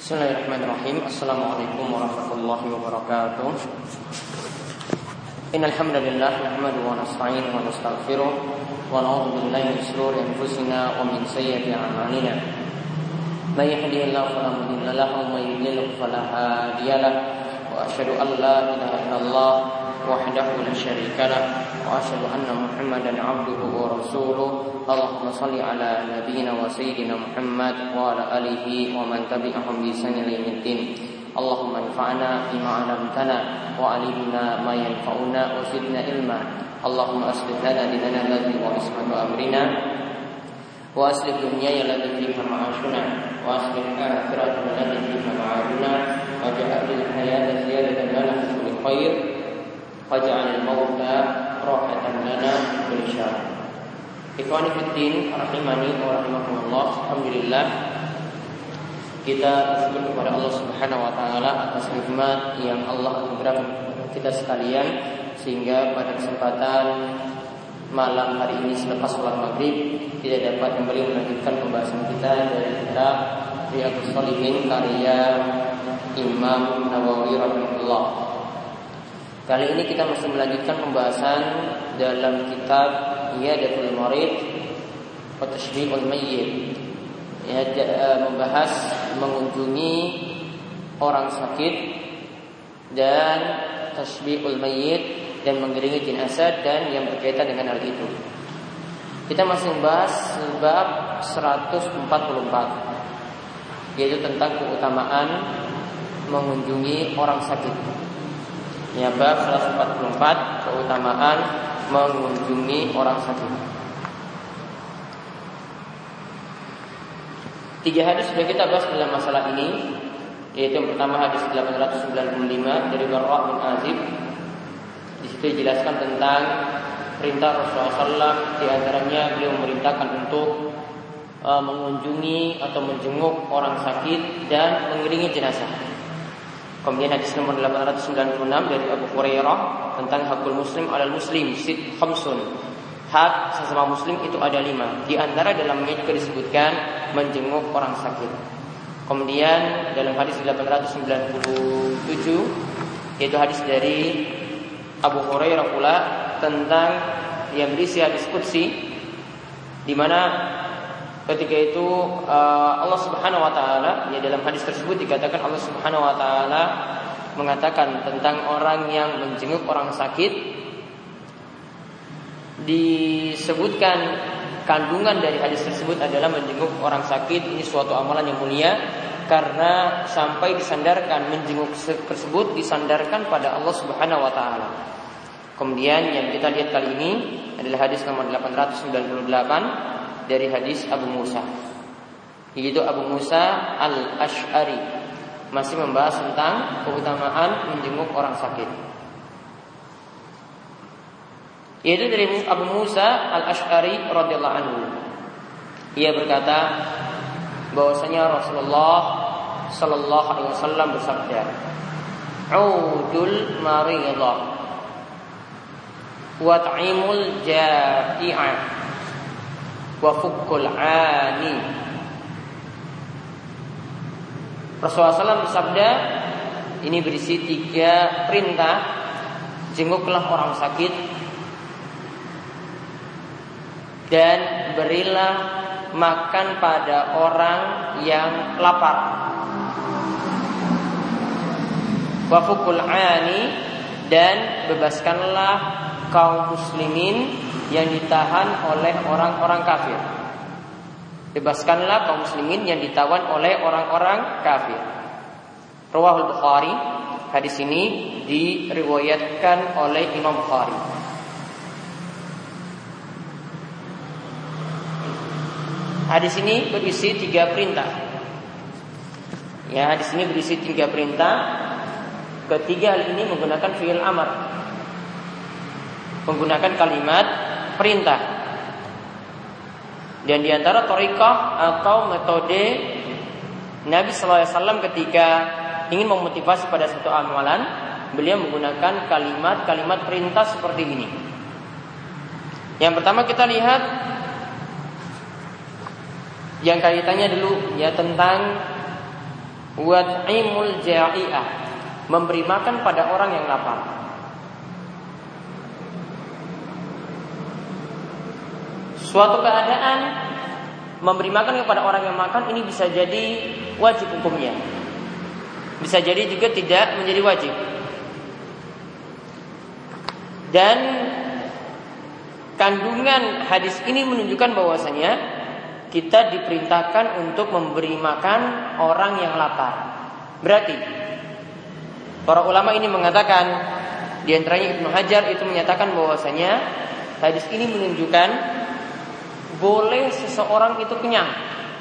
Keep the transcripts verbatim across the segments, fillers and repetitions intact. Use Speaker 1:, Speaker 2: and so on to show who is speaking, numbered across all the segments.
Speaker 1: Bismillahirrahmanirrahim. Assalamualaikum warahmatullahi wabarakatuh. Innal hamdalillah nahmaduhu wa nasta'inuhu wa nastaghfiruh wa na'udzu billahi min shururi anfusina wa min sayyiati a'malina. May yahdihillahu fala mudilla lahu wa may yudlil fala hadiya lahu. Wa asyhadu an la ilaha illallah wahdahu la syarika lahu wa asyhadu anna Muhammadan 'abduhu wa rasuluh. Allahumma shalli ala nabiyyina wa sayyidina Muhammad wa ala alihi wa man tabi'ahum bi ihsan ila yaumil Allahumma anfa'na bima 'allamtana wa 'allimna ma yanfa'una wa zidna ilma. Allahumma aslih lana dinana alladhi huwa ismatu amrina wa aslih dunyana allati fiha ma'ashuna wa aslih akhiratana allati fiha ma'aduna waj'al al-hayata ziyadatan lana fi kulli khair waj'al al-mauta rahatan lana min kulli syarr. Ikhwani fiddin rahimani wa rahimakumullah. Alhamdulillah kita bersyukur kepada Allah Subhanahu wa taala atas nikmat yang Allah anugerahkan kita sekalian, sehingga pada kesempatan malam hari ini selepas sholat maghrib tidak dapat kembali melanjutkan pembahasan kita dari kitab Riyadhus Shalihin karya Imam Nawawi rahimahullah. Kali ini kita masih melanjutkan pembahasan dalam kitab Iyadatul Marid wa Tashbihul Mayyit, ya, membahas mengunjungi orang sakit dan Tashbihul Mayyit dan mengiringi jenazah dan yang berkaitan dengan hal itu. Kita masih membahas bab seratus empat puluh empat, yaitu tentang keutamaan mengunjungi orang sakit. Ya, bab seratus empat puluh empat, keutamaan mengunjungi orang sakit. Tiga hadis sudah kita bahas dalam masalah ini, yaitu yang pertama hadis delapan ratus sembilan puluh lima dari Barra bin Azib. Di situ dijelaskan tentang perintah Rasulullah shallallahu alaihi wasallam, di antaranya beliau memerintahkan untuk uh, mengunjungi atau menjenguk orang sakit dan mengiringi jenazah. Kemudian hadis nomor delapan ratus sembilan puluh enam dari Abu Hurairah tentang hakul muslim alal muslim sid khamsun. Hak sesama muslim itu ada lima. Di antara dalamnya juga disebutkan menjenguk orang sakit. Kemudian dalam hadis delapan ratus sembilan puluh tujuh, yaitu hadis dari Abu Hurairah pula tentang yang berisi hadis qudsi, di mana ketika itu uh, Allah Subhanahu wa taala, ya, dalam hadis tersebut dikatakan Allah Subhanahu wa taala mengatakan tentang orang yang menjenguk orang sakit. Disebutkan kandungan dari hadis tersebut adalah menjenguk orang sakit ini suatu amalan yang mulia, karena sampai disandarkan menjenguk tersebut disandarkan pada Allah Subhanahu wa taala. Kemudian yang kita lihat kali ini adalah hadis nomor delapan ratus sembilan puluh delapan dari hadis Abu Musa, yaitu Abu Musa al-Ash'ari, masih membahas tentang keutamaan menjenguk orang sakit. Yaitu dari Abu Musa al-Ash'ari radhiyallahu anhu, ia berkata bahwasanya Rasulullah sallallahu alaihi wasallam bersabda, "Udul maridah wa ta'imul ja'i'ah wa fukul 'ani." Rasulullah shallallahu alaihi wasallam bersabda, ini berisi tiga perintah: jenguklah orang sakit dan berilah makan pada orang yang lapar, wa fukul 'ani, dan bebaskanlah kaum muslimin yang ditahan oleh orang-orang kafir. Bebaskanlah kaum muslimin yang ditawan oleh orang-orang kafir. Rawahul Bukhari. Hadis ini diriwayatkan oleh Imam Bukhari. Hadis ini berisi tiga perintah. Ya, hadis ini berisi tiga perintah. Ketiga hal ini menggunakan fi'il amr, menggunakan kalimat perintah. Dan di antara thariqah atau metode Nabi sallallahu alaihi wasallam ketika ingin memotivasi pada satu amalan, beliau menggunakan kalimat-kalimat perintah seperti ini. Yang pertama kita lihat yang kaitannya dulu, ya, tentang Wad'imul ja'i'ah, memberi makan pada orang yang lapar. Suatu keadaan memberi makan kepada orang yang makan ini bisa jadi wajib hukumnya, bisa jadi juga tidak menjadi wajib. Dan kandungan hadis ini menunjukkan bahwasanya kita diperintahkan untuk memberi makan orang yang lapar. Berarti para ulama ini mengatakan, di antaranya Ibnu Hajar itu menyatakan bahwasanya hadis ini menunjukkan boleh seseorang itu kenyang.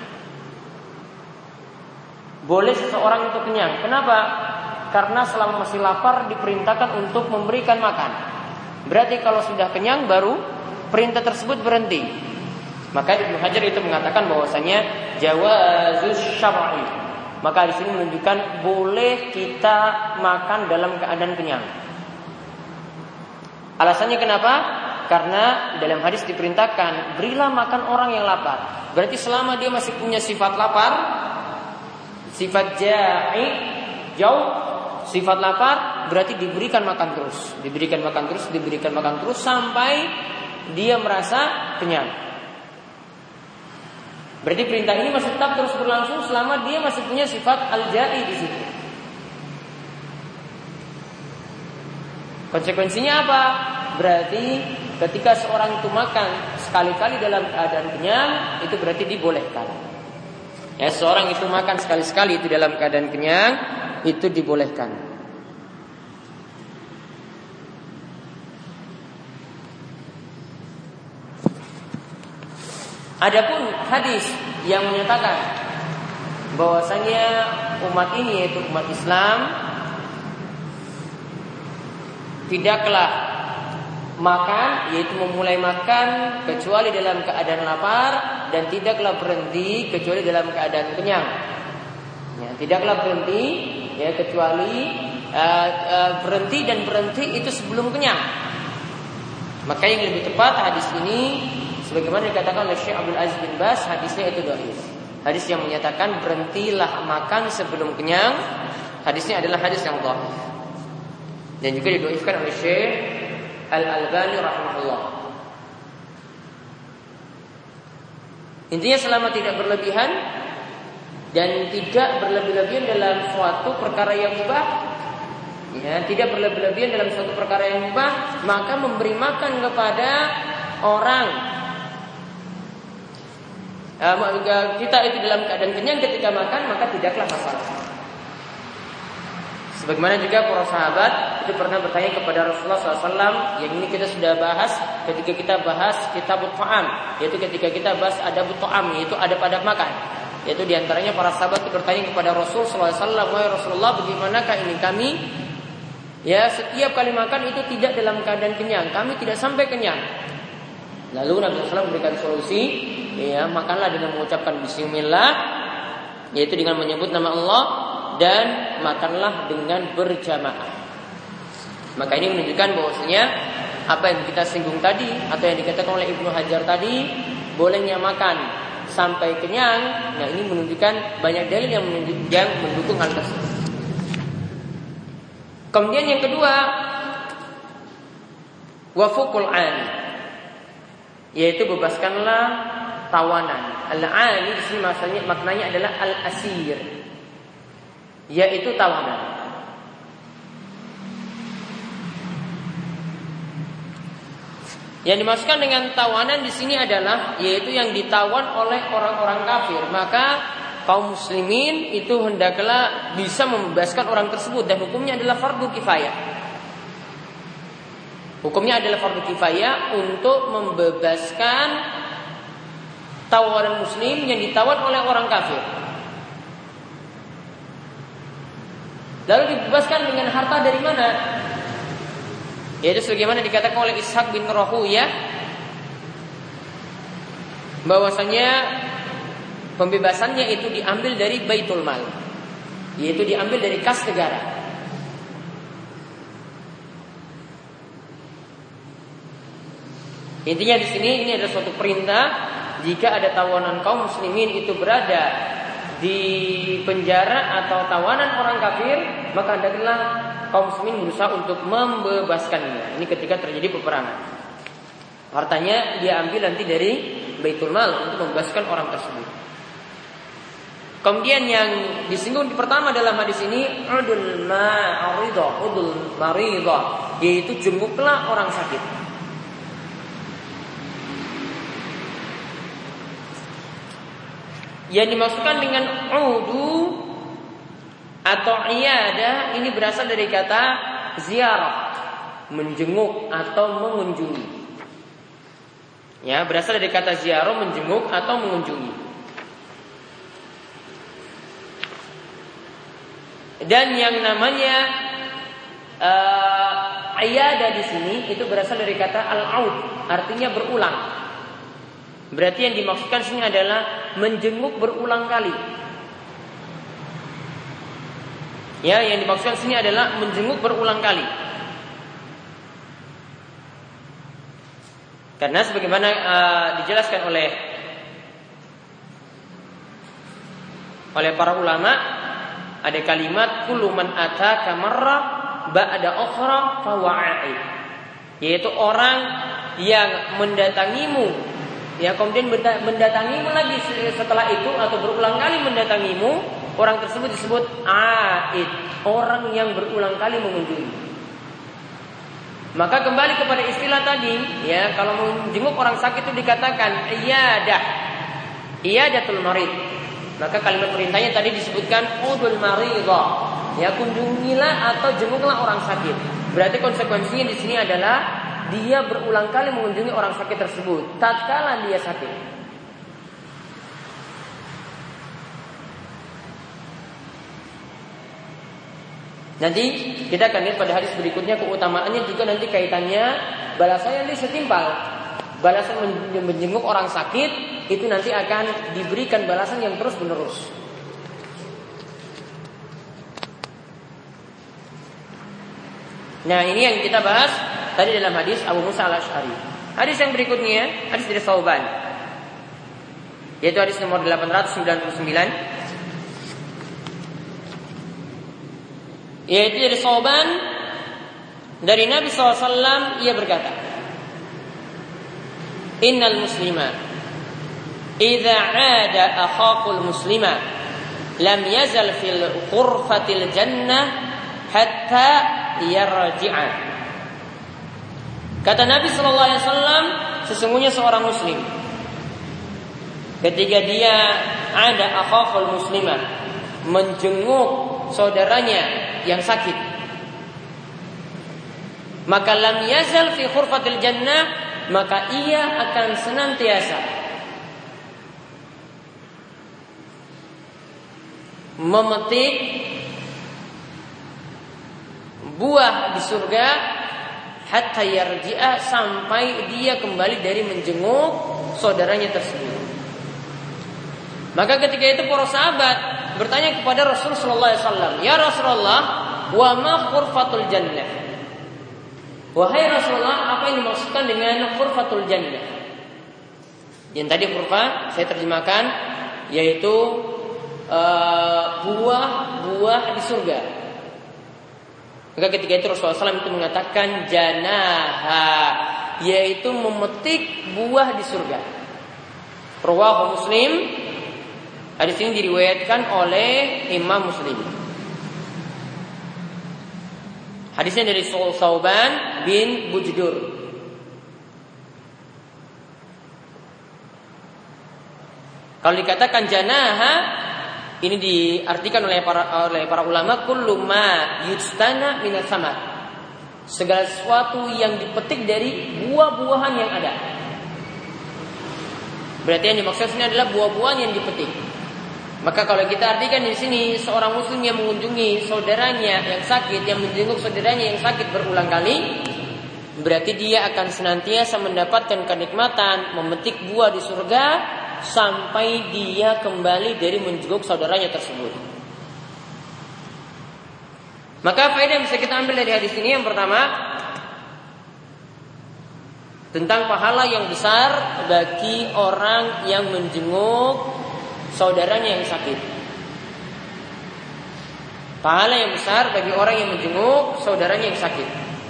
Speaker 1: Boleh seseorang itu kenyang. Kenapa? Karena selama masih lapar diperintahkan untuk memberikan makan. Berarti kalau sudah kenyang baru perintah tersebut berhenti. Maka Ibnu Hajar itu mengatakan bahwasanya jawazus syar'i. Maka di sini menunjukkan boleh kita makan dalam keadaan kenyang. Alasannya kenapa? Karena dalam hadis diperintahkan berilah makan orang yang lapar. Berarti selama dia masih punya sifat lapar, sifat ja'i, jauh, sifat lapar, berarti diberikan makan terus, diberikan makan terus, diberikan makan terus sampai dia merasa kenyang. Berarti perintah ini masih tetap terus berlangsung selama dia masih punya sifat al-ja'i di situ. Konsekuensinya apa? Berarti ketika seorang itu makan sekali-kali dalam keadaan kenyang, itu berarti dibolehkan. Ya, seorang itu makan sekali-sekali itu dalam keadaan kenyang, itu dibolehkan. Adapun hadis yang menyatakan bahwasanya umat ini, yaitu umat Islam, tidaklah makan, yaitu memulai makan kecuali dalam keadaan lapar, dan tidaklah berhenti kecuali dalam keadaan kenyang. Ya, tidaklah berhenti ya kecuali uh, uh, berhenti dan berhenti itu sebelum kenyang. Maka yang lebih tepat hadis ini, sebagaimana dikatakan oleh Syekh Abdul Aziz bin Baz, hadisnya itu dhaif. Hadis yang menyatakan berhentilah makan sebelum kenyang, hadisnya adalah hadis yang dhaif. Dan juga didhaifkan oleh Syekh Al-Albani rahimahullah. Intinya selama tidak berlebihan dan tidak berlebih-lebihan dalam suatu perkara yang mubah, ya, tidak berlebih-lebihan dalam suatu perkara yang mubah, maka memberi makan kepada orang, uh, kita itu dalam keadaan kenyang ketika makan, maka tidaklah masalah. Sebagaimana juga para sahabat itu pernah bertanya kepada Rasulullah shallallahu alaihi wasallam, yang ini kita sudah bahas ketika kita bahas kitabut ta'am, yaitu ketika kita bahas adabut ta'am, yaitu adab-adab makan. Yaitu diantaranya para sahabat itu bertanya kepada Rasul shallallahu alaihi wasallam, wahai Rasulullah, bagaimanakah ini kami? Ya, setiap kali makan itu tidak dalam keadaan kenyang, kami tidak sampai kenyang. Lalu Nabi shallallahu alaihi wasallam memberikan solusi, ya, makanlah dengan mengucapkan bismillah, yaitu dengan menyebut nama Allah, dan makanlah dengan berjamaah. Maka ini menunjukkan bahwasanya apa yang kita singgung tadi atau yang dikatakan oleh Ibnu Hajar tadi, bolehnya makan sampai kenyang. Nah, ini menunjukkan banyak dalil yang menunjukkan yang mendukung hal tersebut. Kemudian yang kedua, wafukul an, yaitu bebaskanlah tawanan. Al-an di sini maksudnya maknanya adalah al-asir, yaitu tawanan. Yang dimaksudkan dengan tawanan di sini adalah yaitu yang ditawan oleh orang-orang kafir. Maka kaum muslimin itu hendaklah bisa membebaskan orang tersebut, dan hukumnya adalah fardu kifayah. Hukumnya adalah fardu kifayah untuk membebaskan tawanan muslim yang ditawan oleh orang kafir. Lalu dibebaskan dengan harta dari mana? Yaitu sebagaimana dikatakan oleh Ishaq bin Rahuya, bahwasanya pembebasannya itu diambil dari Baitul Mal, yaitu diambil dari kas negara. Intinya di sini ini adalah suatu perintah, jika ada tawanan kaum muslimin itu berada di penjara atau tawanan orang kafir, maka hendaklah kaum muslimin berusaha untuk membebaskannya. Ini ketika terjadi peperangan. Hartanya dia ambil nanti dari Baitul Mal untuk membebaskan orang tersebut. Kemudian yang disinggung pertama dalam hadis ini, udul ma'aridah, udul maridah, yaitu jenguklah orang sakit. Yang dimaksudkan dengan udu atau iyadah ini berasal dari kata ziarah, menjenguk atau mengunjungi. Ya, berasal dari kata ziarah, menjenguk atau mengunjungi. Dan yang namanya uh, iyadah di sini itu berasal dari kata al-aud, artinya berulang. Berarti yang dimaksudkan sini adalah menjenguk berulang kali. Ya, yang dimaksudkan sini adalah menjenguk berulang kali. Karena sebagaimana uh, dijelaskan oleh oleh para ulama, ada kalimat kullu man ataka marra ba'da ukhra fa wa'ai, yaitu orang yang mendatangimu, ya kemudian mendatangimu lagi setelah itu atau berulang kali mendatangimu, orang tersebut disebut aid, orang yang berulang kali mengunjungi. Maka kembali kepada istilah tadi, ya kalau menjenguk orang sakit itu dikatakan iyadah, iyadatul marid. Maka kalimat perintahnya tadi disebutkan udul maridah, ya kunjungilah atau jenguklah orang sakit. Berarti konsekuensinya di sini adalah dia berulang kali mengunjungi orang sakit tersebut tatkala dia sakit. Nanti kita akan lihat pada hadis berikutnya keutamaannya juga nanti kaitannya balasan yang setimpal. Balasan menjenguk orang sakit itu nanti akan diberikan balasan yang terus menerus. Nah, ini yang kita bahas tadi dalam hadis Abu Musa al-Asy'ari. Hadis yang berikutnya, hadis dari Thauban, yaitu hadis nomor delapan ratus sembilan puluh sembilan. Yaitu dari Thauban dari Nabi shallallahu alaihi wasallam, ia berkata, Innal muslima idza 'ada akhaqul muslima lam yazal fil ghurfatil jannah hatta yarji'a. Kata Nabi sallallahu alaihi wasallam, sesungguhnya seorang muslim ketika dia ada akhaqul muslimah, menjenguk saudaranya yang sakit, maka lam yazal fi ghurfatil jannah, maka ia akan senantiasa memetik buah di surga hatta yarji'a, sampai dia kembali dari menjenguk saudaranya tersebut. Maka ketika itu para sahabat bertanya kepada Rasul sallallahu alaihi wasallam, "Ya Rasulullah, wa ma ghurfatul jannah?" Wahai Rasulullah, apa yang dimaksudkan dengan ghurfatul jannah? Yang tadi ghurfa saya terjemahkan yaitu uh, buah-buah di surga. Maka ketika itu Rasulullah sallallahu alaihi wasallam itu mengatakan janaha, yaitu memetik buah di surga. Rawahu Muslim. Hadis ini diriwayatkan oleh Imam Muslim. Hadisnya dari Thauban bin Bujdur. Kalau dikatakan janaha, ini diartikan oleh para oleh para ulama kullu ma yujtana minas samar, segala sesuatu yang dipetik dari buah-buahan yang ada. Berarti yang dimaksud sini adalah buah-buahan yang dipetik. Maka kalau kita artikan di sini seorang muslim yang mengunjungi saudaranya yang sakit, yang menjenguk saudaranya yang sakit berulang kali, berarti dia akan senantiasa mendapatkan kenikmatan memetik buah di surga sampai dia kembali dari menjenguk saudaranya tersebut. Maka faedah yang bisa kita ambil dari hadis ini yang pertama, tentang pahala yang besar bagi orang yang menjenguk saudaranya yang sakit. Pahala yang besar bagi orang yang menjenguk saudaranya yang sakit.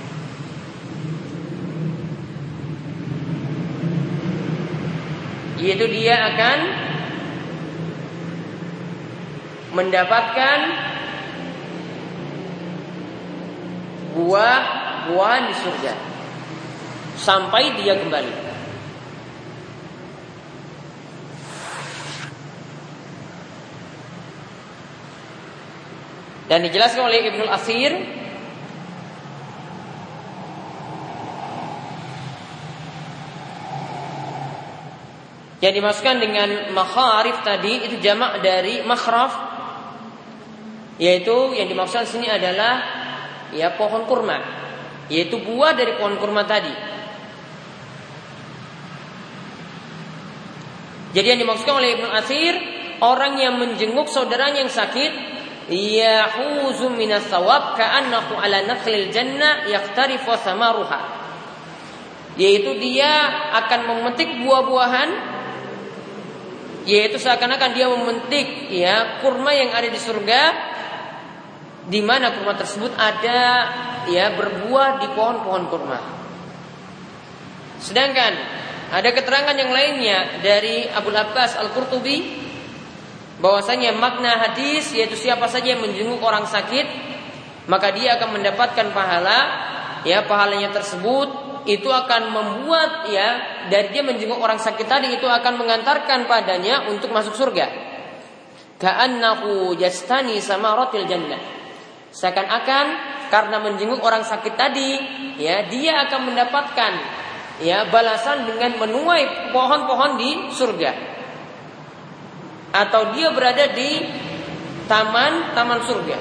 Speaker 1: Yaitu dia akan mendapatkan buah-buahan di surga sampai dia kembali. Dan dijelaskan oleh Ibnul Athir yang dimasukkan dengan makharif tadi itu jamak dari makhraf, yaitu yang dimaksud sini adalah ya pohon kurma, yaitu buah dari pohon kurma tadi. Jadi yang dimaksudkan oleh Ibnul Athir, orang yang menjenguk saudaranya yang sakit yahuzu minas thawab ka'annahu ala nakhlil jannah yaqtarifu thamaruha, yaitu dia akan memetik buah-buahan, yaitu seakan-akan dia memetik ya kurma yang ada di surga, di mana kurma tersebut ada ya berbuah di pohon-pohon kurma. Sedangkan ada keterangan yang lainnya dari Abul Abbas Al-Qurtubi bahwasanya makna hadis yaitu siapa saja yang menjenguk orang sakit maka dia akan mendapatkan pahala, ya pahalanya tersebut itu akan membuat ya dari dia menjenguk orang sakit tadi itu akan mengantarkan padanya untuk masuk surga. Ka'annahu yastani samaratil jannah, seakan-akan karena menjenguk orang sakit tadi ya dia akan mendapatkan ya balasan dengan menuai pohon-pohon di surga, atau dia berada di taman-taman surga.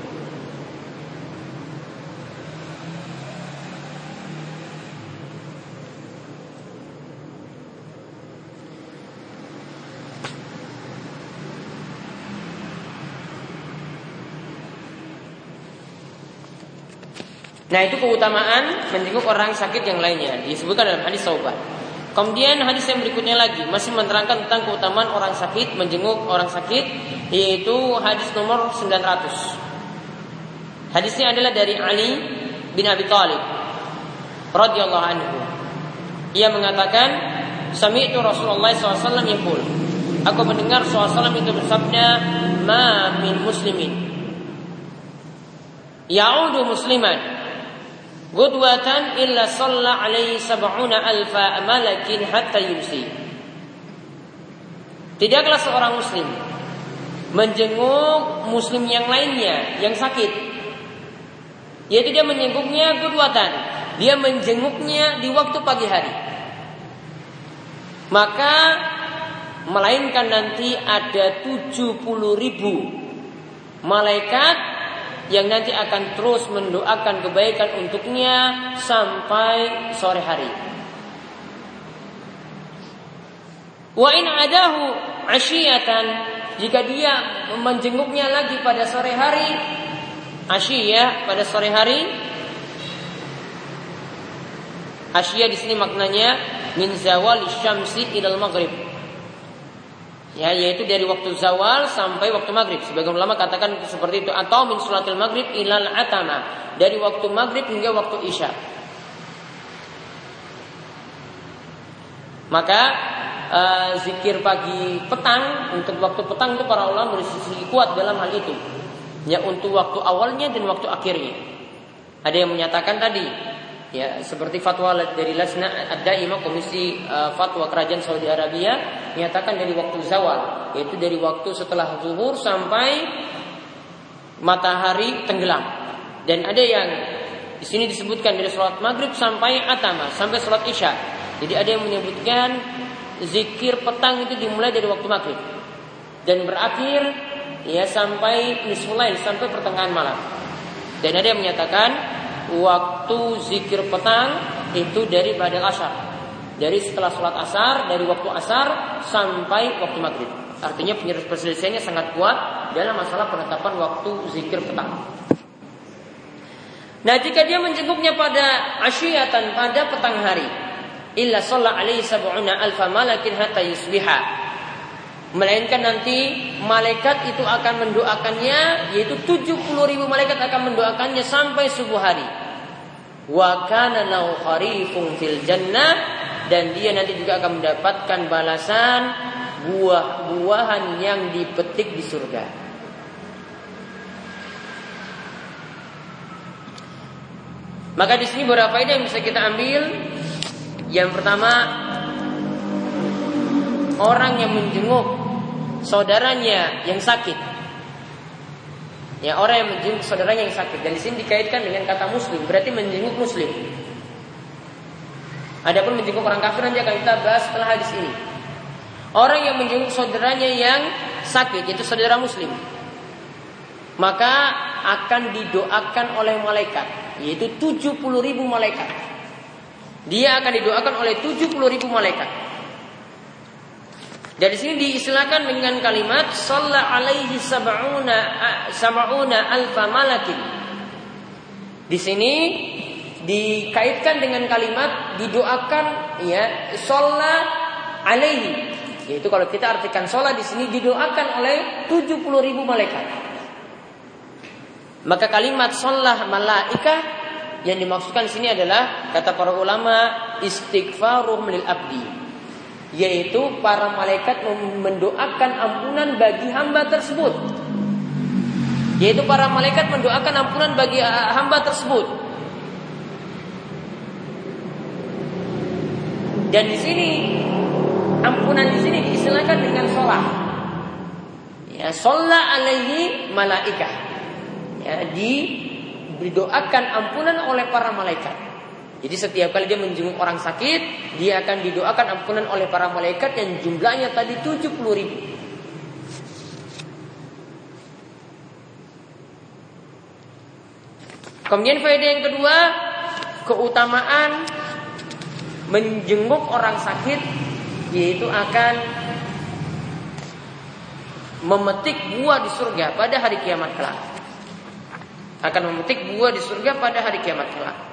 Speaker 1: Nah, itu keutamaan menjenguk orang sakit yang lainnya disebutkan dalam hadis Saubah. Kemudian hadis yang berikutnya lagi masih menerangkan tentang keutamaan orang sakit menjenguk orang sakit, yaitu hadis nomor sembilan ratus. Hadisnya adalah dari Ali bin Abi Thalib radhiyallahu anhu. Ia mengatakan, sami'tu Rasulullah shallallahu alaihi wasallam yaqul, aku mendengar Rasulullah shallallahu alaihi wasallam itu bersabda, ma min muslimin ya'udu musliman Gudwatan illa shalla alaihi sab'una alfa malakin hatta yumsi. Tidaklah seorang muslim menjenguk muslim yang lainnya yang sakit, yaitu dia menjenguknya gudwatan, dia menjenguknya di waktu pagi hari, maka melainkan nanti ada tujuh puluh ribu malaikat yang nanti akan terus mendoakan kebaikan untuknya sampai sore hari. Wa in adahu asyiyatan, jika dia menjenguknya lagi pada sore hari, asyiyah pada sore hari. Asyiyah di sini maknanya min zawali syamsi ilal maghrib. Ya, yaitu dari waktu zawal sampai waktu maghrib. Sebagian ulama katakan seperti itu, atau min sholatil maghrib ilal atama, dari waktu maghrib hingga waktu isya. Maka uh, zikir pagi petang, untuk waktu petang itu para ulama bersisi kuat dalam hal itu. Ya, untuk waktu awalnya dan waktu akhirnya. Ada yang menyatakan tadi, ya seperti fatwa dari Lajnah Ad-Daimah, Komisi uh, Fatwa Kerajaan Saudi Arabia, menyatakan dari waktu zawal, yaitu dari waktu setelah zuhur sampai matahari tenggelam. Dan ada yang di sini disebutkan dari sholat maghrib sampai atama, sampai sholat isya. Jadi ada yang menyebutkan zikir petang itu dimulai dari waktu maghrib dan berakhir ya sampai nisful lail, sampai pertengahan malam. Dan ada yang menyatakan waktu zikir petang itu dari ba'dal asar, dari setelah sholat asar, dari waktu asar sampai waktu maghrib. Artinya perselisihannya sangat kuat dalam masalah penetapan waktu zikir petang. Nah, jika dia menjenguknya pada asyiyatan, pada petang hari, illa shalla alaihi sab'una alfa malakin hatta yusbiha, Melainkan nanti malaikat itu akan mendoakannya, yaitu tujuh puluh ribu malaikat akan mendoakannya sampai subuh hari. Wa kana lahu kharifun fil jannah, dan dia nanti juga akan mendapatkan balasan buah-buahan yang dipetik di surga. Maka di sini beberapa faedah yang bisa kita ambil. Yang pertama, orang yang menjenguk saudaranya yang sakit, ya orang yang menjenguk saudaranya yang sakit, dan di sini dikaitkan dengan kata muslim, berarti menjenguk muslim. Adapun menjenguk orang kafir nanti akan kita bahas setelah hadis ini. Orang yang menjenguk saudaranya yang sakit, yaitu saudara muslim, maka akan didoakan oleh malaikat, yaitu tujuh puluh ribu malaikat. Dia akan didoakan oleh tujuh puluh ribu malaikat. Dari sini diistilahkan dengan kalimat shalla alaihi sab'una sab'una alfa malakin. Di sini dikaitkan dengan kalimat didoakan, ya, shalla alaihi, yaitu kalau kita artikan sholat di sini didoakan oleh tujuh puluh ribu malaikat. Maka kalimat shalla malaikah yang dimaksudkan di sini adalah, kata para ulama, istighfaruhum lil abdi, yaitu para malaikat mendoakan ampunan bagi hamba tersebut. Yaitu para malaikat mendoakan ampunan bagi hamba tersebut. Dan di sini ampunan di sini diistilahkan dengan sholat. Ya, sholat alaihi malaikah. Ya, didoakan ampunan oleh para malaikat. Jadi setiap kali dia menjenguk orang sakit, dia akan didoakan ampunan oleh para malaikat yang jumlahnya tadi tujuh puluh ribu. Kemudian faedah yang kedua, keutamaan menjenguk orang sakit, yaitu akan memetik buah di surga pada hari kiamat kelak. Akan memetik buah di surga pada hari kiamat kelak.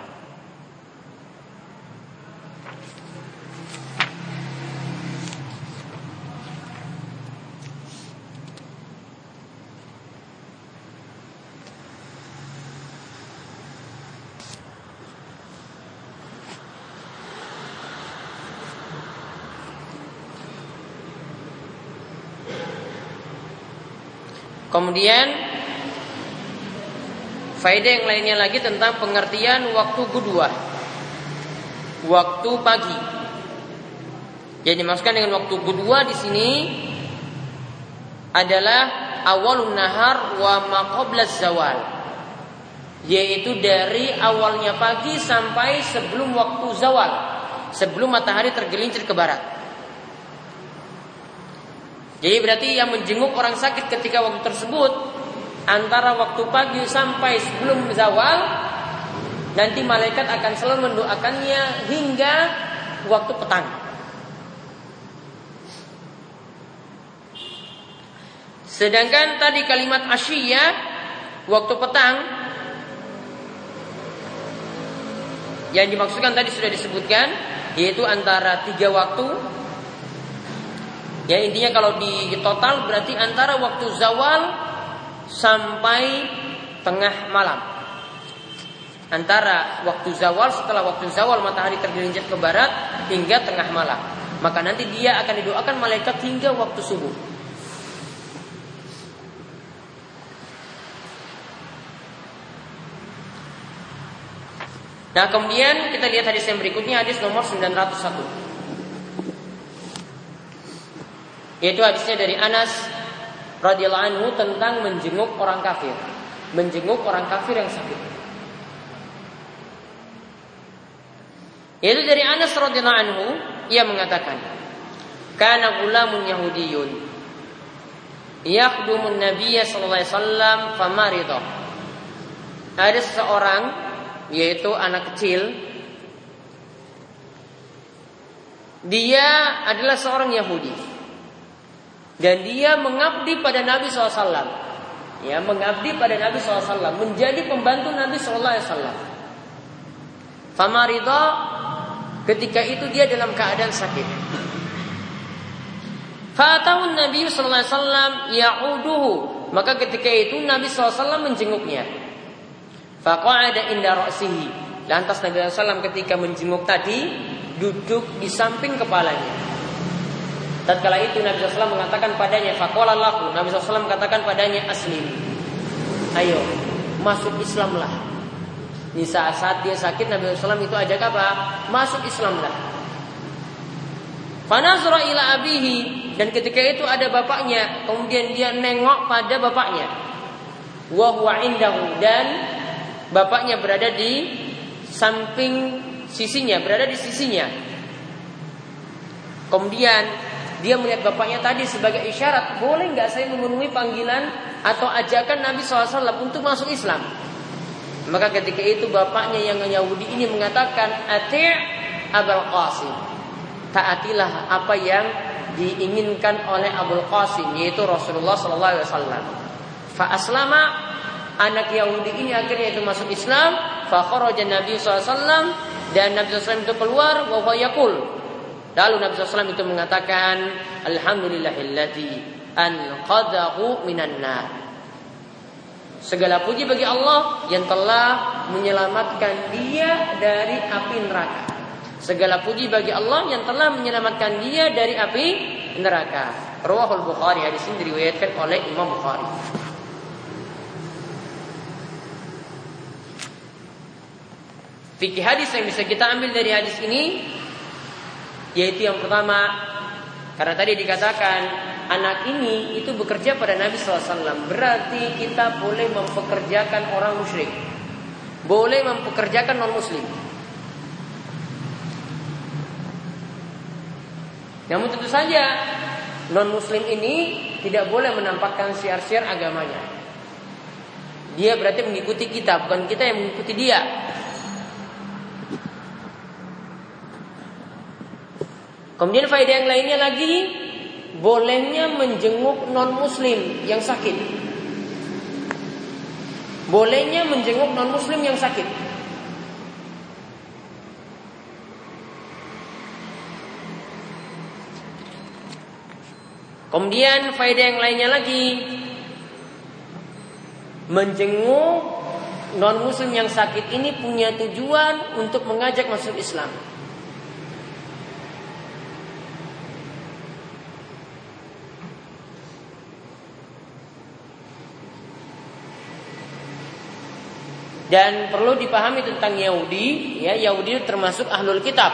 Speaker 1: Kemudian faedah yang lainnya lagi tentang pengertian waktu kedua, waktu pagi. Yang dimaksudkan dengan waktu kedua di sini adalah awalun nahar wa maqablaz zawal, yaitu dari awalnya pagi sampai sebelum waktu zawal, sebelum matahari tergelincir ke barat. Jadi berarti yang menjenguk orang sakit ketika waktu tersebut antara waktu pagi sampai sebelum zawal, nanti malaikat akan selalu mendoakannya hingga waktu petang. Sedangkan tadi kalimat asyiyah, waktu petang, yang dimaksudkan tadi sudah disebutkan, yaitu antara tiga waktu. Ya, intinya kalau di total berarti antara waktu zawal sampai tengah malam. Antara waktu zawal, setelah waktu zawal matahari tergelincir ke barat hingga tengah malam. Maka nanti dia akan didoakan malaikat hingga waktu subuh. Nah, kemudian kita lihat hadis yang berikutnya, hadis nomor sembilan ratus satu. Yaitu hadisnya dari Anas radhiyallahu anhu tentang menjenguk orang kafir, menjenguk orang kafir yang sakit. Yaitu dari Anas radhiyallahu anhu, ia mengatakan, kana gulamun yahudiyun yakhdumun nabiyya sallallahu alaihi wasallam famarida. Ada seseorang, yaitu anak kecil, dia adalah seorang Yahudi. Dan dia mengabdi pada Nabi shallallahu alaihi wasallam, ya, mengabdi pada Nabi shallallahu alaihi wasallam, menjadi pembantu Nabi shallallahu alaihi wasallam. Famarida, ketika itu dia dalam keadaan sakit. Fa'atahu Nabi sallallahu alaihi wasallam ya'uduhu. Maka ketika itu Nabi sallallahu alaihi wasallam menjenguknya. Faqa'ada inda ra'sihi. Lantas Nabi sallallahu alaihi wasallam ketika menjenguk tadi duduk di samping kepalanya. Tatkala itu Nabi sallallahu alaihi wasallam mengatakan padanya, faqala lahu. Nabi sallallahu alaihi wasallam katakan padanya, aslim. Ayo, masuk Islamlah. Di saat-saat dia sakit Nabi sallallahu alaihi wasallam itu ajak apa? Masuk Islamlah. Fanazara ila abihi, dan ketika itu ada bapaknya, kemudian dia nengok pada bapaknya. Wa huwa indahu, dan bapaknya berada di samping sisinya, berada di sisinya. Kemudian dia melihat bapaknya tadi sebagai isyarat, boleh nggak saya memenuhi panggilan atau ajakan Nabi shallallahu alaihi wasallam untuk masuk Islam? Maka ketika itu bapaknya yang Yahudi ini mengatakan, ati' Abul Qasim, taatilah apa yang diinginkan oleh Abul Qasim, yaitu Rasulullah shallallahu alaihi wasallam. Fa aslama, anak Yahudi ini akhirnya itu masuk Islam. Fa kharaja Nabi shallallahu alaihi wasallam, dan Nabi shallallahu alaihi wasallam itu keluar. Wa huwa yaqul, lalu Nabi shallallahu alaihi wasallam itu mengatakan, alhamdulillahilladzi anqadhahu minan nar. Segala puji bagi Allah yang telah menyelamatkan dia dari api neraka. Segala puji bagi Allah yang telah menyelamatkan dia dari api neraka. Rawahul Bukhari, hadis ini diriwayatkan oleh Imam Bukhari. Fikih hadis yang bisa kita ambil dari hadis ini, yaitu yang pertama, karena tadi dikatakan anak ini itu bekerja pada Nabi shallallahu alaihi wasallam, berarti kita boleh mempekerjakan orang musyrik, boleh mempekerjakan non muslim. Namun tentu saja non muslim ini tidak boleh menampakkan syiar-syiar agamanya. Dia berarti mengikuti kita, bukan kita yang mengikuti dia. Kemudian faedah yang lainnya lagi, bolehnya menjenguk non muslim yang sakit. Bolehnya menjenguk non muslim yang sakit. Kemudian faedah yang lainnya lagi, menjenguk non muslim yang sakit ini punya tujuan untuk mengajak masuk Islam. Dan perlu dipahami tentang Yahudi, ya, Yahudi itu termasuk ahlul kitab.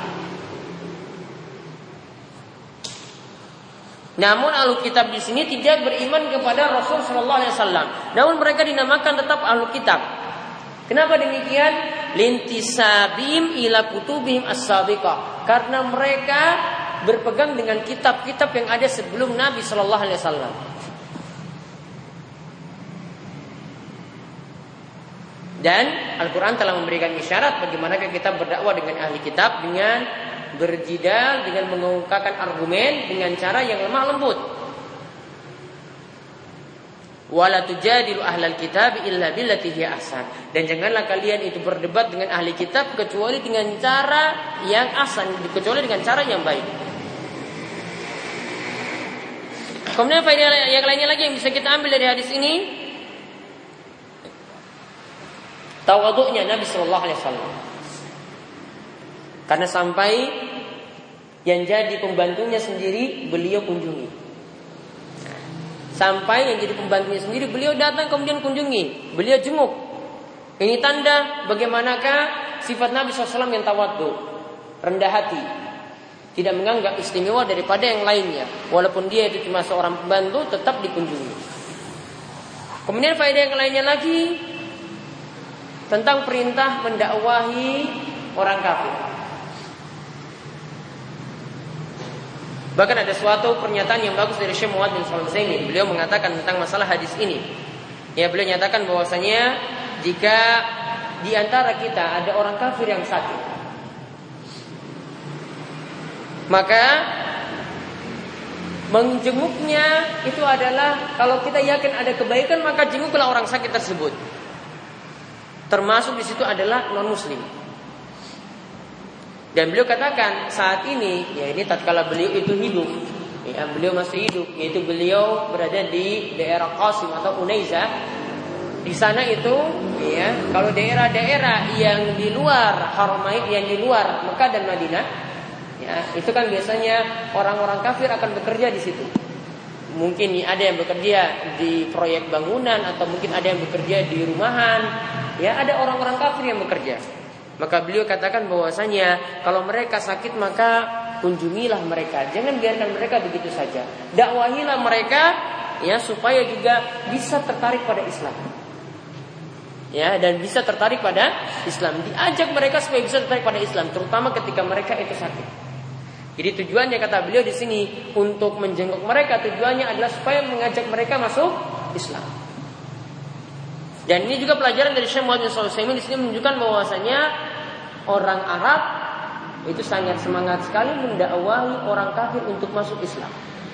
Speaker 1: Namun ahlul kitab di sini tidak beriman kepada Rasul sallallahu alaihi wasallam. Namun mereka dinamakan tetap ahlul kitab. Kenapa demikian? Lintisabim ila kutubihim as-sabiqah. Karena mereka berpegang dengan kitab-kitab yang ada sebelum Nabi sallallahu alaihi wasallam. Dan Al-Quran telah memberikan isyarat bagaimana kita berdakwah dengan ahli kitab, dengan berjidal, dengan mengungkapkan argumen dengan cara yang lemah lembut. Wala tujadilu ahlal kitab illa billati hiya ahsan. Dan janganlah kalian itu berdebat dengan ahli kitab kecuali dengan cara yang ahsan, kecuali dengan cara yang baik. Kemudian faedah yang lainnya lagi yang bisa kita ambil dari hadis ini, tawadhu'nya Nabi sallallahu alaihi wasallam. Karena sampai yang jadi pembantunya sendiri beliau kunjungi. Sampai yang jadi pembantunya sendiri beliau datang kemudian kunjungi, beliau jenguk. Ini tanda bagaimanakah sifat Nabi sallallahu alaihi wasallam yang tawadhu, rendah hati, tidak menganggap istimewa daripada yang lainnya. Walaupun dia itu cuma seorang pembantu, tetap dikunjungi. Kemudian faedah yang lainnya lagi tentang perintah mendakwahi orang kafir. Bahkan ada suatu pernyataan yang bagus dari Syekh Muhammad bin Shalih Al-Utsaimin. Beliau mengatakan tentang masalah hadis ini. Ya, beliau nyatakan bahwasanya jika di antara kita ada orang kafir yang sakit, maka menjenguknya itu adalah, kalau kita yakin ada kebaikan, maka jenguklah orang sakit tersebut. Termasuk di situ adalah non muslim. Dan beliau katakan saat ini, ya ini tatkala beliau itu hidup, Ya, beliau masih hidup, yaitu beliau berada di daerah Qasim atau Unaizah. Di sana itu, ya, kalau daerah-daerah yang di luar Haramain, yang di luar Mekah dan Madinah, ya, itu kan biasanya orang-orang kafir akan bekerja di situ. Mungkin ada yang bekerja di proyek bangunan atau mungkin ada yang bekerja di rumahan. Ya, ada orang-orang kafir yang bekerja. Maka beliau katakan bahwasanya kalau mereka sakit maka kunjungilah mereka, jangan biarkan mereka begitu saja. Dakwahilah mereka, ya, supaya juga bisa tertarik pada Islam. Ya, dan bisa tertarik pada Islam. Diajak mereka supaya bisa tertarik pada Islam, terutama ketika mereka itu sakit. Jadi tujuannya, kata beliau di sini, untuk menjenguk mereka, tujuannya adalah supaya mengajak mereka masuk Islam. Dan ini juga pelajaran dari Syekh Muhammad bin Shalih Al-Utsaimin di sini menunjukkan bahwasanya orang Arab itu sangat semangat sekali mendakwahi orang kafir untuk masuk Islam.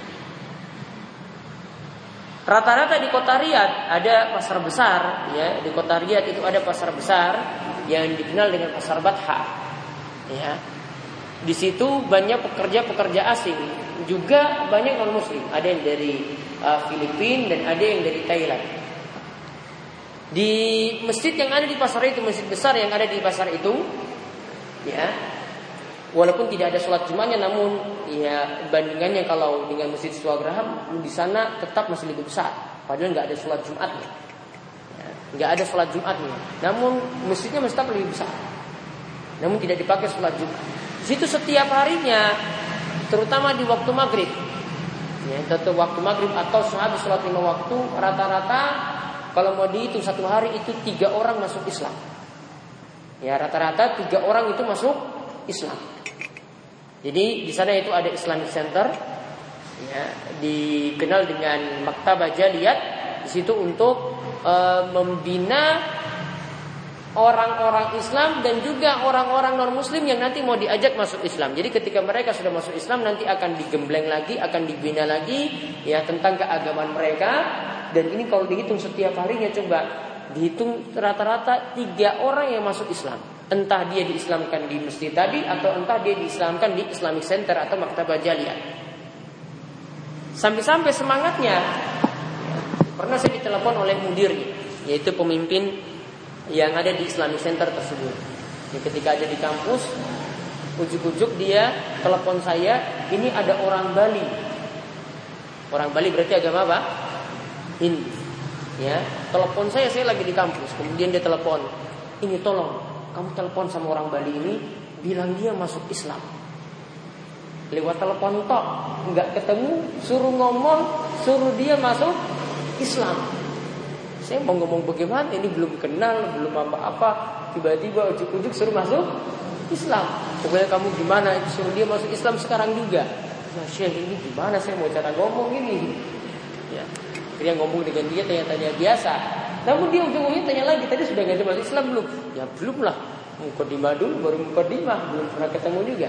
Speaker 1: Rata-rata di kota Riyadh ada pasar besar, ya, di kota Riyadh itu ada pasar besar yang dikenal dengan pasar Batha. Ya. Di situ banyak pekerja-pekerja asing, juga banyak non muslim. Ada yang dari uh, Filipina dan ada yang dari Thailand. Di masjid yang ada di pasar itu, masjid besar yang ada di pasar itu, ya, walaupun tidak ada sholat Jumatnya, namun ya bandingannya kalau dengan masjid Swagraham, di sana tetap masih lebih besar. Padahal nggak ada sholat Jumatnya, ya, nggak ada sholat Jumatnya. Namun masjidnya masih tetap lebih besar. Namun tidak dipakai sholat Jumat. Di situ setiap harinya, terutama di waktu maghrib, ya, tetap waktu maghrib atau sehabis sholat lima waktu, rata-rata kalau mau dihitung satu hari itu tiga orang masuk Islam. Ya, rata-rata tiga orang itu masuk Islam. Jadi di sana itu ada Islamic Center, ya, dikenal dengan Maktabah Jaliyat. Di situ untuk e, membina orang-orang Islam dan juga orang-orang non-Muslim yang nanti mau diajak masuk Islam. Jadi ketika mereka sudah masuk Islam, nanti akan digembleng lagi, akan dibina lagi, ya, tentang keagamaan mereka. Dan ini kalau dihitung setiap harinya, coba dihitung rata-rata tiga orang yang masuk Islam. Entah dia diislamkan di masjid tadi, atau entah dia diislamkan di Islamic Center atau Maktabah Jaliyah. Sampai-sampai semangatnya, pernah saya ditelepon oleh mudirnya, yaitu pemimpin yang ada di Islamic Center tersebut. Ya, ketika ada di kampus, ujuk-ujuk dia telepon saya, ini ada orang Bali. Orang Bali berarti agama apa? Hindu. Ya, telepon saya, saya lagi di kampus. Kemudian dia telepon, ini tolong kamu telepon sama orang Bali ini, bilang dia masuk Islam. Lewat telepon tok, nggak ketemu, suruh ngomong, suruh dia masuk Islam. Saya mau ngomong bagaimana, ini belum kenal, belum apa-apa, tiba-tiba ujuk-ujuk suruh masuk Islam. Kemudian kamu gimana, suruh dia masuk Islam sekarang juga. Nah, Syekh, ini gimana saya mau cara ngomong ini? Ya, dia ngomong dengan dia tanya-tanya biasa. Namun dia ujung-ujungnya tanya lagi, tadi sudah ngajak masuk Islam belum? Ya belum lah, mukadimah dulu, baru mukadimah, belum pernah ketemu juga.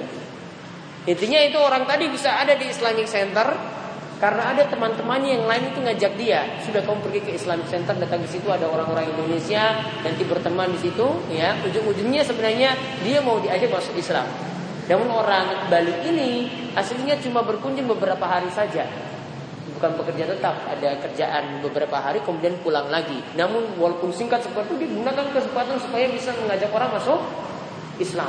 Speaker 1: Intinya itu orang tadi bisa ada di Islamic Center karena ada teman-temannya yang lain itu ngajak dia, sudah kamu pergi ke Islamic Center, datang di situ ada orang-orang Indonesia, nanti berteman di situ, ya. Ujung-ujungnya sebenarnya dia mau diajak masuk Islam. Namun orang Bali ini aslinya cuma berkunjung beberapa hari saja, bukan pekerja tetap, ada kerjaan beberapa hari kemudian pulang lagi. Namun walaupun singkat seperti itu, digunakan kesempatan supaya bisa mengajak orang masuk Islam,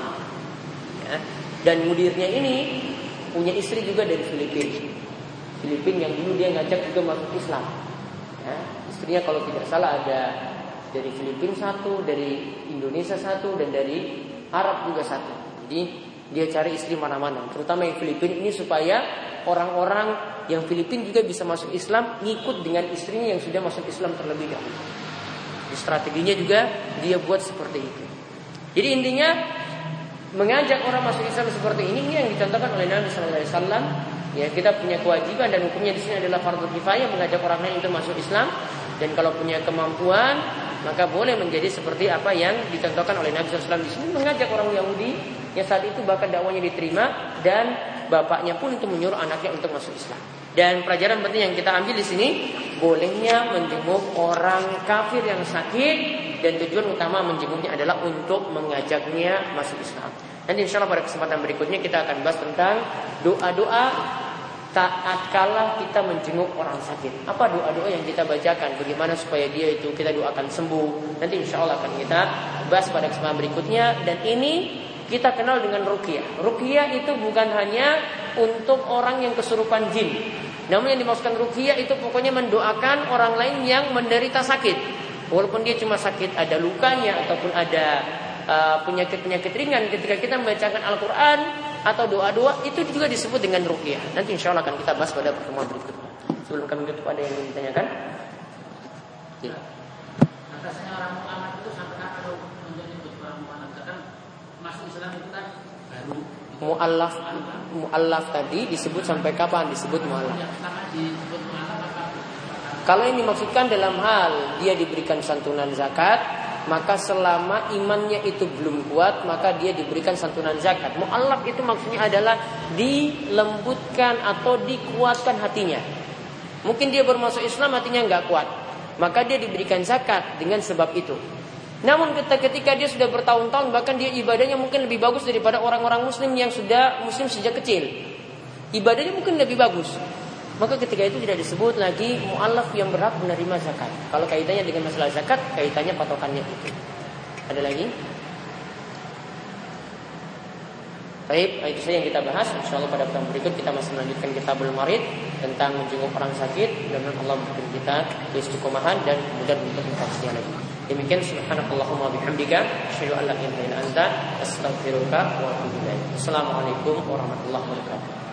Speaker 1: ya. Dan mudirnya ini punya istri juga dari Filipina. Filipina yang dulu dia ngajak juga masuk Islam, ya. Istrinya kalau tidak salah ada dari Filipina satu, dari Indonesia satu, dan dari Arab juga satu. Jadi dia cari istri mana-mana, terutama yang Filipina ini supaya orang-orang yang Filipina juga bisa masuk Islam, ngikut dengan istrinya yang sudah masuk Islam terlebih dahulu. Di strateginya juga dia buat seperti itu. Jadi intinya mengajak orang masuk Islam seperti ini, ini yang dicontohkan oleh Nabi Sallallahu Alaihi Wasallam. Ya, kita punya kewajiban dan hukumnya di sini adalah fardu kifayah mengajak orang lain untuk masuk Islam. Dan kalau punya kemampuan, maka boleh menjadi seperti apa yang dicontohkan oleh Nabi Sallallahu Alaihi Wasallam di sini, mengajak orang Yahudi yang saat itu bahkan dakwanya diterima dan bapaknya pun itu menyuruh anaknya untuk masuk Islam. Dan pelajaran penting yang kita ambil di sini, bolehnya menjenguk orang kafir yang sakit, dan tujuan utama menjenguknya adalah untuk mengajaknya masuk Islam. Nanti insya Allah pada kesempatan berikutnya kita akan bahas tentang doa-doa taat kala kita menjenguk orang sakit. Apa doa-doa yang kita bacakan? Bagaimana supaya dia itu kita doakan sembuh? Nanti insya Allah akan kita bahas pada kesempatan berikutnya. Dan ini kita kenal dengan ruqyah. Ruqyah itu bukan hanya untuk orang yang kesurupan jin. Namun yang dimaksudkan ruqyah itu pokoknya mendoakan orang lain yang menderita sakit. Walaupun dia cuma sakit ada lukanya ataupun ada uh, penyakit-penyakit ringan, ketika kita membacakan Al-Quran atau doa-doa itu juga disebut dengan ruqyah. Nanti insya Allah akan kita bahas pada pertemuan berikutnya. Sebelum kami tutup, ada yang ingin ditanyakan? Tidak.
Speaker 2: Atasnya orang mu'alaf itu sampai kapan menjadi orang mu'alaf? Kan masuk Islam itu kan baru.
Speaker 1: Mu'alaf, mu'alaf tadi disebut sampai kapan disebut mu'alaf?
Speaker 2: Disebut mu'alaf apa?
Speaker 1: Kalau yang dimaksudkan dalam hal dia diberikan santunan zakat, maka selama imannya itu belum kuat, maka dia diberikan santunan zakat. Mu'allaf itu maksudnya adalah dilembutkan atau dikuatkan hatinya. Mungkin dia baru masuk Islam hatinya nggak kuat, maka dia diberikan zakat dengan sebab itu. Namun ketika dia sudah bertahun-tahun, bahkan dia ibadahnya mungkin lebih bagus daripada orang-orang muslim yang sudah muslim sejak kecil. Ibadahnya mungkin lebih bagus, maka ketika itu tidak disebut lagi mu'allaf yang berhak menerima zakat. Kalau kaitannya dengan masalah zakat, kaitannya patokannya itu. Ada lagi? Baik, itu saja yang kita bahas. Insyaallah pada pertemuan berikut kita masih melanjutkan Kitabul Marid tentang menjenguk orang sakit. Mudah-mudahan Allah memberikan kita istiqomahan dan kemudian untuk infeksinya lagi. Demikian subhanakallahumma bihamdika asyhadu an la ilaha illa anta astaghfiruka wa atubu ilaik. Assalamualaikum warahmatullahi wabarakatuh.